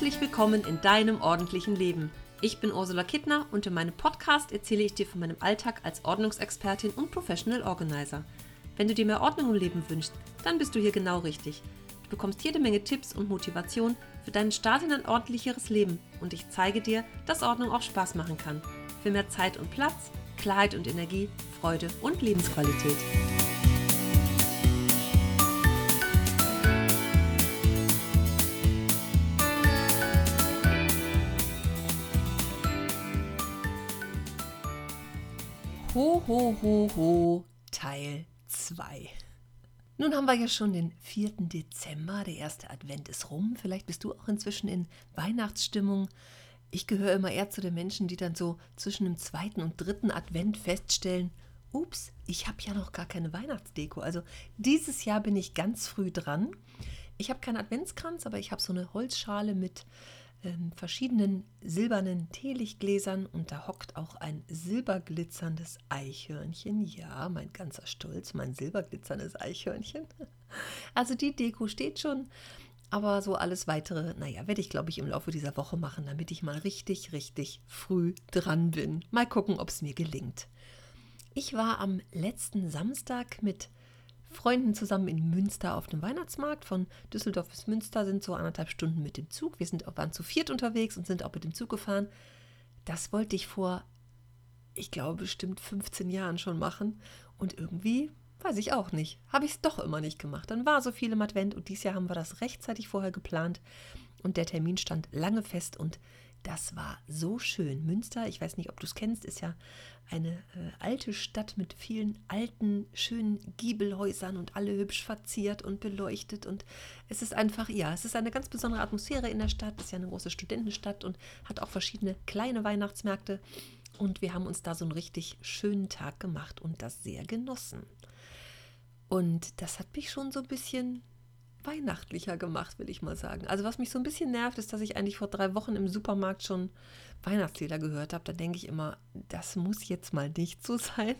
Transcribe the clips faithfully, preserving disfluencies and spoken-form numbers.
Herzlich willkommen in deinem ordentlichen Leben. Ich bin Ursula Kittner und in meinem Podcast erzähle ich dir von meinem Alltag als Ordnungsexpertin und Professional Organizer. Wenn du dir mehr Ordnung im Leben wünschst, dann bist du hier genau richtig. Du bekommst jede Menge Tipps und Motivation für deinen Start in ein ordentlicheres Leben und ich zeige dir, dass Ordnung auch Spaß machen kann. Für mehr Zeit und Platz, Klarheit und Energie, Freude und Lebensqualität. Ho, ho, ho, ho, Teil zwei. Nun haben wir ja schon den vierten Dezember, der erste Advent ist rum. Vielleicht bist du auch inzwischen in Weihnachtsstimmung. Ich gehöre immer eher zu den Menschen, die dann so zwischen dem zweiten und dritten Advent feststellen, ups, ich habe ja noch gar keine Weihnachtsdeko. Also dieses Jahr bin ich ganz früh dran. Ich habe keinen Adventskranz, aber ich habe so eine Holzschale mit ähm, verschiedenen silbernen Teelichtgläsern und da hockt auch ein silberglitzerndes Eichhörnchen. Ja, mein ganzer Stolz, mein silberglitzerndes Eichhörnchen. Also die Deko steht schon, aber so alles Weitere, naja, werde ich, glaube ich, im Laufe dieser Woche machen, damit ich mal richtig, richtig früh dran bin. Mal gucken, ob es mir gelingt. Ich war am letzten Samstag mit Freunden zusammen in Münster auf dem Weihnachtsmarkt. Von Düsseldorf bis Münster sind so anderthalb Stunden mit dem Zug. Wir sind auch, waren zu viert unterwegs und sind auch mit dem Zug gefahren. Das wollte ich vor, ich glaube, bestimmt fünfzehn Jahren schon machen. Und irgendwie, weiß ich auch nicht, habe ich es doch immer nicht gemacht. Dann war so viel im Advent und dieses Jahr haben wir das rechtzeitig vorher geplant. Und der Termin stand lange fest und das war so schön. Münster, ich weiß nicht, ob du es kennst, ist ja eine äh, alte Stadt mit vielen alten, schönen Giebelhäusern und alle hübsch verziert und beleuchtet. Und es ist einfach, ja, es ist eine ganz besondere Atmosphäre in der Stadt. Es ist ja eine große Studentenstadt und hat auch verschiedene kleine Weihnachtsmärkte. Und wir haben uns da so einen richtig schönen Tag gemacht und das sehr genossen. Und das hat mich schon so ein bisschen weihnachtlicher gemacht, will ich mal sagen. Also was mich so ein bisschen nervt, ist, dass ich eigentlich vor drei Wochen im Supermarkt schon Weihnachtslieder gehört habe. Da denke ich immer, das muss jetzt mal nicht so sein.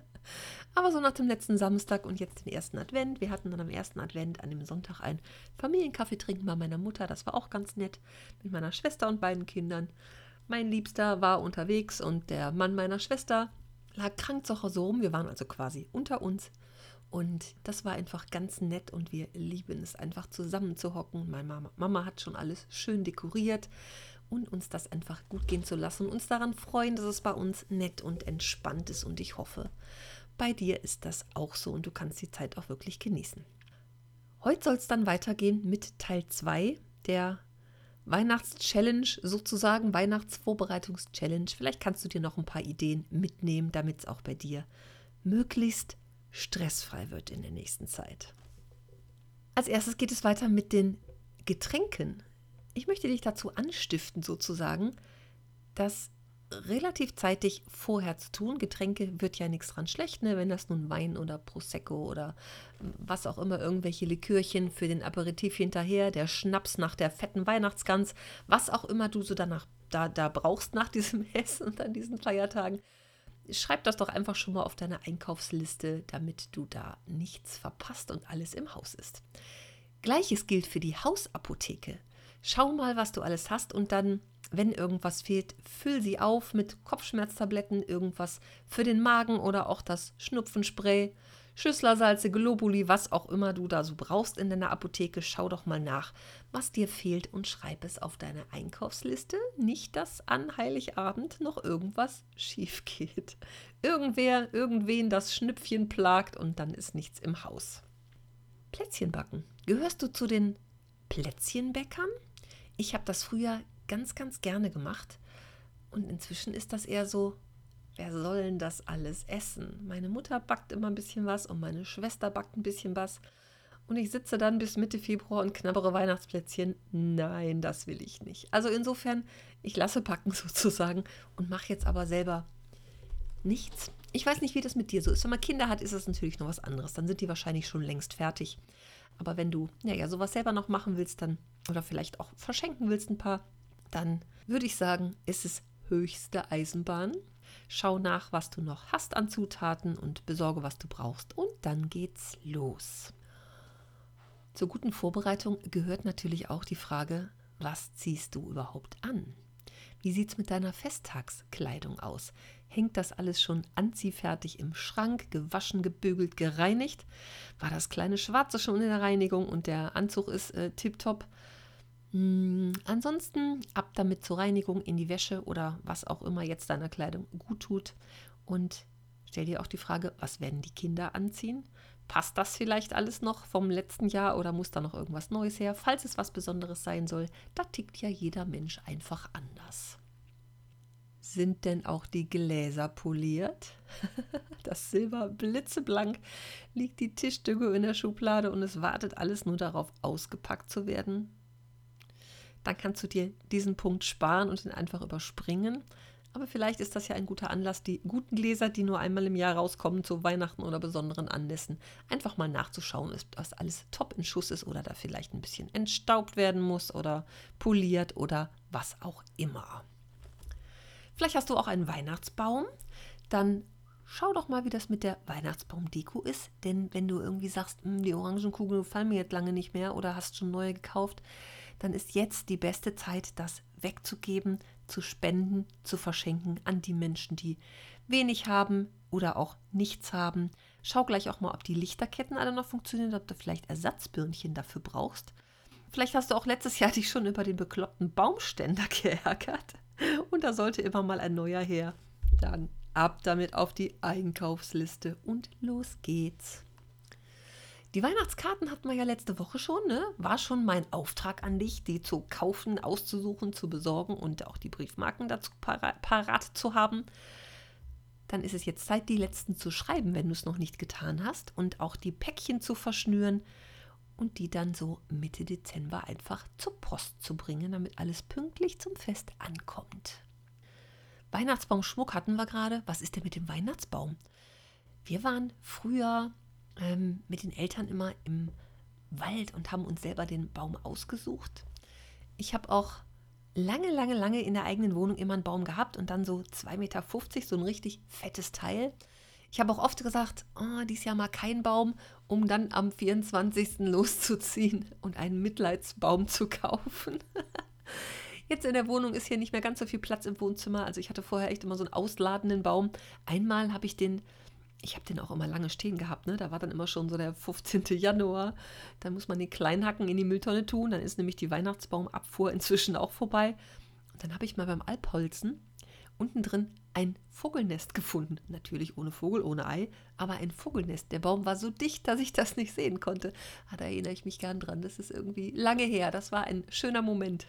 Aber so nach dem letzten Samstag und jetzt den ersten Advent. Wir hatten dann am ersten Advent an dem Sonntag einen Familienkaffee trinken bei meiner Mutter. Das war auch ganz nett mit meiner Schwester und beiden Kindern. Mein Liebster war unterwegs und der Mann meiner Schwester lag krank zu Hause rum. Wir waren also quasi unter uns. Und das war einfach ganz nett und wir lieben es einfach zusammen zu hocken. Meine Mama, Mama hat schon alles schön dekoriert und uns das einfach gut gehen zu lassen und uns daran freuen, dass es bei uns nett und entspannt ist. Und ich hoffe, bei dir ist das auch so und du kannst die Zeit auch wirklich genießen. Heute soll es dann weitergehen mit Teil zwei der Weihnachts-Challenge, sozusagen Weihnachtsvorbereitungs-Challenge. Vielleicht kannst du dir noch ein paar Ideen mitnehmen, damit es auch bei dir möglichst stressfrei wird in der nächsten Zeit. Als erstes geht es weiter mit den Getränken. Ich möchte dich dazu anstiften, sozusagen, das relativ zeitig vorher zu tun. Getränke wird ja nichts dran schlecht, ne? Wenn das nun Wein oder Prosecco oder was auch immer, irgendwelche Likörchen für den Aperitif hinterher, der Schnaps nach der fetten Weihnachtsgans, was auch immer du so danach da, da brauchst nach diesem Essen und an diesen Feiertagen. Schreib das doch einfach schon mal auf deine Einkaufsliste, damit du da nichts verpasst und alles im Haus ist. Gleiches gilt für die Hausapotheke. Schau mal, was du alles hast und dann, wenn irgendwas fehlt, füll sie auf mit Kopfschmerztabletten, irgendwas für den Magen oder auch das Schnupfenspray, Schüsslersalze, Globuli, was auch immer du da so brauchst in deiner Apotheke. Schau doch mal nach, was dir fehlt und schreib es auf deine Einkaufsliste. Nicht, dass an Heiligabend noch irgendwas schief geht. Irgendwer, irgendwen das Schnüpfchen plagt und dann ist nichts im Haus. Plätzchen backen. Gehörst du zu den Plätzchenbäckern? Ich habe das früher ganz, ganz gerne gemacht und inzwischen ist das eher so, wer soll denn das alles essen? Meine Mutter backt immer ein bisschen was und meine Schwester backt ein bisschen was. Und ich sitze dann bis Mitte Februar und knabbere Weihnachtsplätzchen. Nein, das will ich nicht. Also insofern, ich lasse backen sozusagen und mache jetzt aber selber nichts. Ich weiß nicht, wie das mit dir so ist. Wenn man Kinder hat, ist das natürlich noch was anderes. Dann sind die wahrscheinlich schon längst fertig. Aber wenn du ja, ja sowas selber noch machen willst, dann oder vielleicht auch verschenken willst ein paar, dann würde ich sagen, ist es höchste Eisenbahn. Schau nach, was du noch hast an Zutaten und besorge, was du brauchst. Und dann geht's los. Zur guten Vorbereitung gehört natürlich auch die Frage, was ziehst du überhaupt an? Wie sieht es mit deiner Festtagskleidung aus? Hängt das alles schon anziehfertig im Schrank, gewaschen, gebügelt, gereinigt? War das kleine Schwarze schon in der Reinigung und der Anzug ist äh, tipptopp? Hm, ansonsten ab damit zur Reinigung in die Wäsche oder was auch immer jetzt deiner Kleidung gut tut. Und stell dir auch die Frage, was werden die Kinder anziehen? Passt das vielleicht alles noch vom letzten Jahr oder muss da noch irgendwas Neues her? Falls es was Besonderes sein soll, da tickt ja jeder Mensch einfach anders. Sind denn auch die Gläser poliert? Das Silber blitzeblank liegt die Tischdecke in der Schublade und es wartet alles nur darauf, ausgepackt zu werden. Dann kannst du dir diesen Punkt sparen und ihn einfach überspringen. Aber vielleicht ist das ja ein guter Anlass, die guten Gläser, die nur einmal im Jahr rauskommen, zu Weihnachten oder besonderen Anlässen, einfach mal nachzuschauen, ob das alles top in Schuss ist oder da vielleicht ein bisschen entstaubt werden muss oder poliert oder was auch immer. Vielleicht hast du auch einen Weihnachtsbaum, dann schau doch mal, wie das mit der Weihnachtsbaumdeko ist. Denn wenn du irgendwie sagst, die Orangenkugeln gefallen mir jetzt lange nicht mehr oder hast schon neue gekauft, dann ist jetzt die beste Zeit, das wegzugeben, zu spenden, zu verschenken an die Menschen, die wenig haben oder auch nichts haben. Schau gleich auch mal, ob die Lichterketten alle noch funktionieren, ob du vielleicht Ersatzbirnchen dafür brauchst. Vielleicht hast du auch letztes Jahr dich schon über den bekloppten Baumständer geärgert und da sollte immer mal ein neuer her. Dann ab damit auf die Einkaufsliste und los geht's. Die Weihnachtskarten hatten wir ja letzte Woche schon, ne? War schon mein Auftrag an dich, die zu kaufen, auszusuchen, zu besorgen und auch die Briefmarken dazu parat, parat zu haben. Dann ist es jetzt Zeit, die letzten zu schreiben, wenn du es noch nicht getan hast und auch die Päckchen zu verschnüren und die dann so Mitte Dezember einfach zur Post zu bringen, damit alles pünktlich zum Fest ankommt. Weihnachtsbaumschmuck hatten wir gerade. Was ist denn mit dem Weihnachtsbaum? Wir waren früher ähm, mit den Eltern immer im Wald und haben uns selber den Baum ausgesucht. Ich habe auch lange, lange, lange in der eigenen Wohnung immer einen Baum gehabt und dann so zwei Meter fünfzig, so ein richtig fettes Teil. Ich habe auch oft gesagt, oh, dieses Jahr mal kein Baum, um dann am vierundzwanzigsten loszuziehen und einen Mitleidsbaum zu kaufen. Jetzt in der Wohnung ist hier nicht mehr ganz so viel Platz im Wohnzimmer. Also ich hatte vorher echt immer so einen ausladenden Baum. Einmal habe ich den, ich habe den auch immer lange stehen gehabt, ne? Da war dann immer schon so der fünfzehnten Januar. Da muss man den Kleinhacken in die Mülltonne tun. Dann ist nämlich die Weihnachtsbaumabfuhr inzwischen auch vorbei. Und dann habe ich mal beim Alpholzen unten drin ein Vogelnest gefunden. Natürlich ohne Vogel, ohne Ei, aber ein Vogelnest. Der Baum war so dicht, dass ich das nicht sehen konnte. Ah, da erinnere ich mich gern dran. Das ist irgendwie lange her. Das war ein schöner Moment.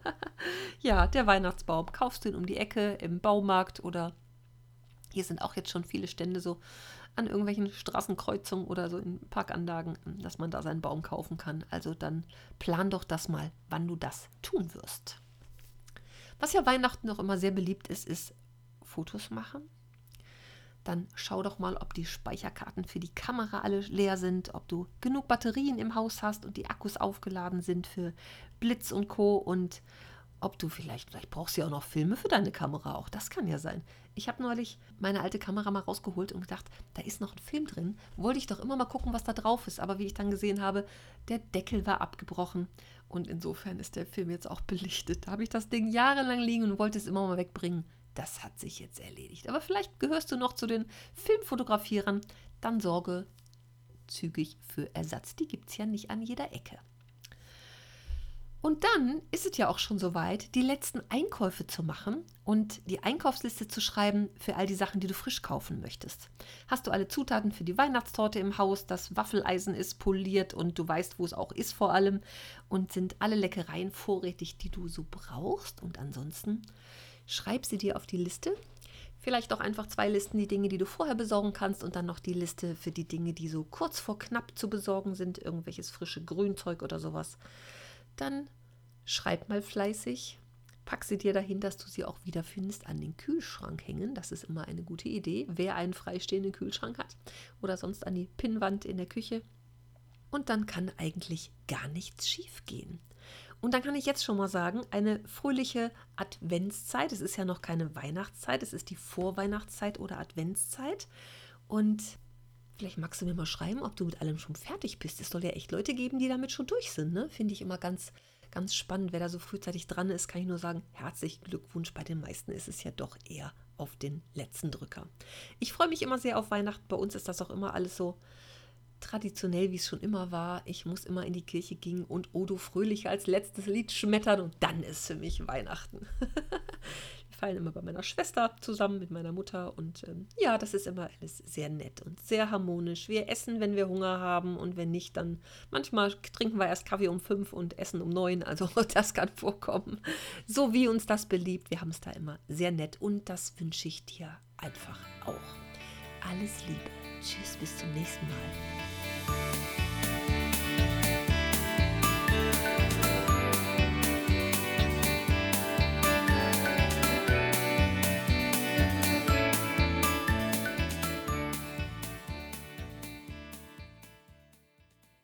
Ja, der Weihnachtsbaum. Kaufst du ihn um die Ecke im Baumarkt oder hier sind auch jetzt schon viele Stände so an irgendwelchen Straßenkreuzungen oder so in Parkanlagen, dass man da seinen Baum kaufen kann. Also dann plan doch das mal, wann du das tun wirst. Was ja Weihnachten noch immer sehr beliebt ist, ist Fotos machen. Dann schau doch mal, ob die Speicherkarten für die Kamera alle leer sind, ob du genug Batterien im Haus hast und die Akkus aufgeladen sind für Blitz und Co. Und ob du vielleicht, vielleicht brauchst du ja auch noch Filme für deine Kamera, auch das kann ja sein. Ich habe neulich meine alte Kamera mal rausgeholt und gedacht, da ist noch ein Film drin. Wollte ich doch immer mal gucken, was da drauf ist. Aber wie ich dann gesehen habe, der Deckel war abgebrochen. Und insofern ist der Film jetzt auch belichtet. Da habe ich das Ding jahrelang liegen und wollte es immer mal wegbringen. Das hat sich jetzt erledigt. Aber vielleicht gehörst du noch zu den Filmfotografierern. Dann sorge zügig für Ersatz. Die gibt es ja nicht an jeder Ecke. Und dann ist es ja auch schon soweit, die letzten Einkäufe zu machen und die Einkaufsliste zu schreiben für all die Sachen, die du frisch kaufen möchtest. Hast du alle Zutaten für die Weihnachtstorte im Haus, das Waffeleisen ist poliert und du weißt, wo es auch ist vor allem und sind alle Leckereien vorrätig, die du so brauchst und ansonsten schreib sie dir auf die Liste. Vielleicht auch einfach zwei Listen, die Dinge, die du vorher besorgen kannst und dann noch die Liste für die Dinge, die so kurz vor knapp zu besorgen sind, irgendwelches frische Grünzeug oder sowas. Dann schreib mal fleißig, pack sie dir dahin, dass du sie auch wiederfindest, an den Kühlschrank hängen. Das ist immer eine gute Idee, wer einen freistehenden Kühlschrank hat oder sonst an die Pinnwand in der Küche. Und dann kann eigentlich gar nichts schief gehen. Und dann kann ich jetzt schon mal sagen, eine fröhliche Adventszeit. Es ist ja noch keine Weihnachtszeit, es ist die Vorweihnachtszeit oder Adventszeit. Und vielleicht magst du mir mal schreiben, ob du mit allem schon fertig bist. Es soll ja echt Leute geben, die damit schon durch sind. Ne? Finde ich immer ganz, ganz spannend. Wer da so frühzeitig dran ist, kann ich nur sagen, herzlichen Glückwunsch. Bei den meisten ist es ja doch eher auf den letzten Drücker. Ich freue mich immer sehr auf Weihnachten. Bei uns ist das auch immer alles so traditionell, wie es schon immer war. Ich muss immer in die Kirche gehen und Odo Fröhliche als letztes Lied schmettern und dann ist für mich Weihnachten. Wir feiern immer bei meiner Schwester zusammen mit meiner Mutter und ähm, ja, das ist immer alles sehr nett und sehr harmonisch. Wir essen, wenn wir Hunger haben und wenn nicht, dann manchmal trinken wir erst Kaffee um fünf und essen um neun, also das kann vorkommen. So wie uns das beliebt. Wir haben es da immer sehr nett und das wünsche ich dir einfach auch. Alles Liebe. Tschüss, bis zum nächsten Mal.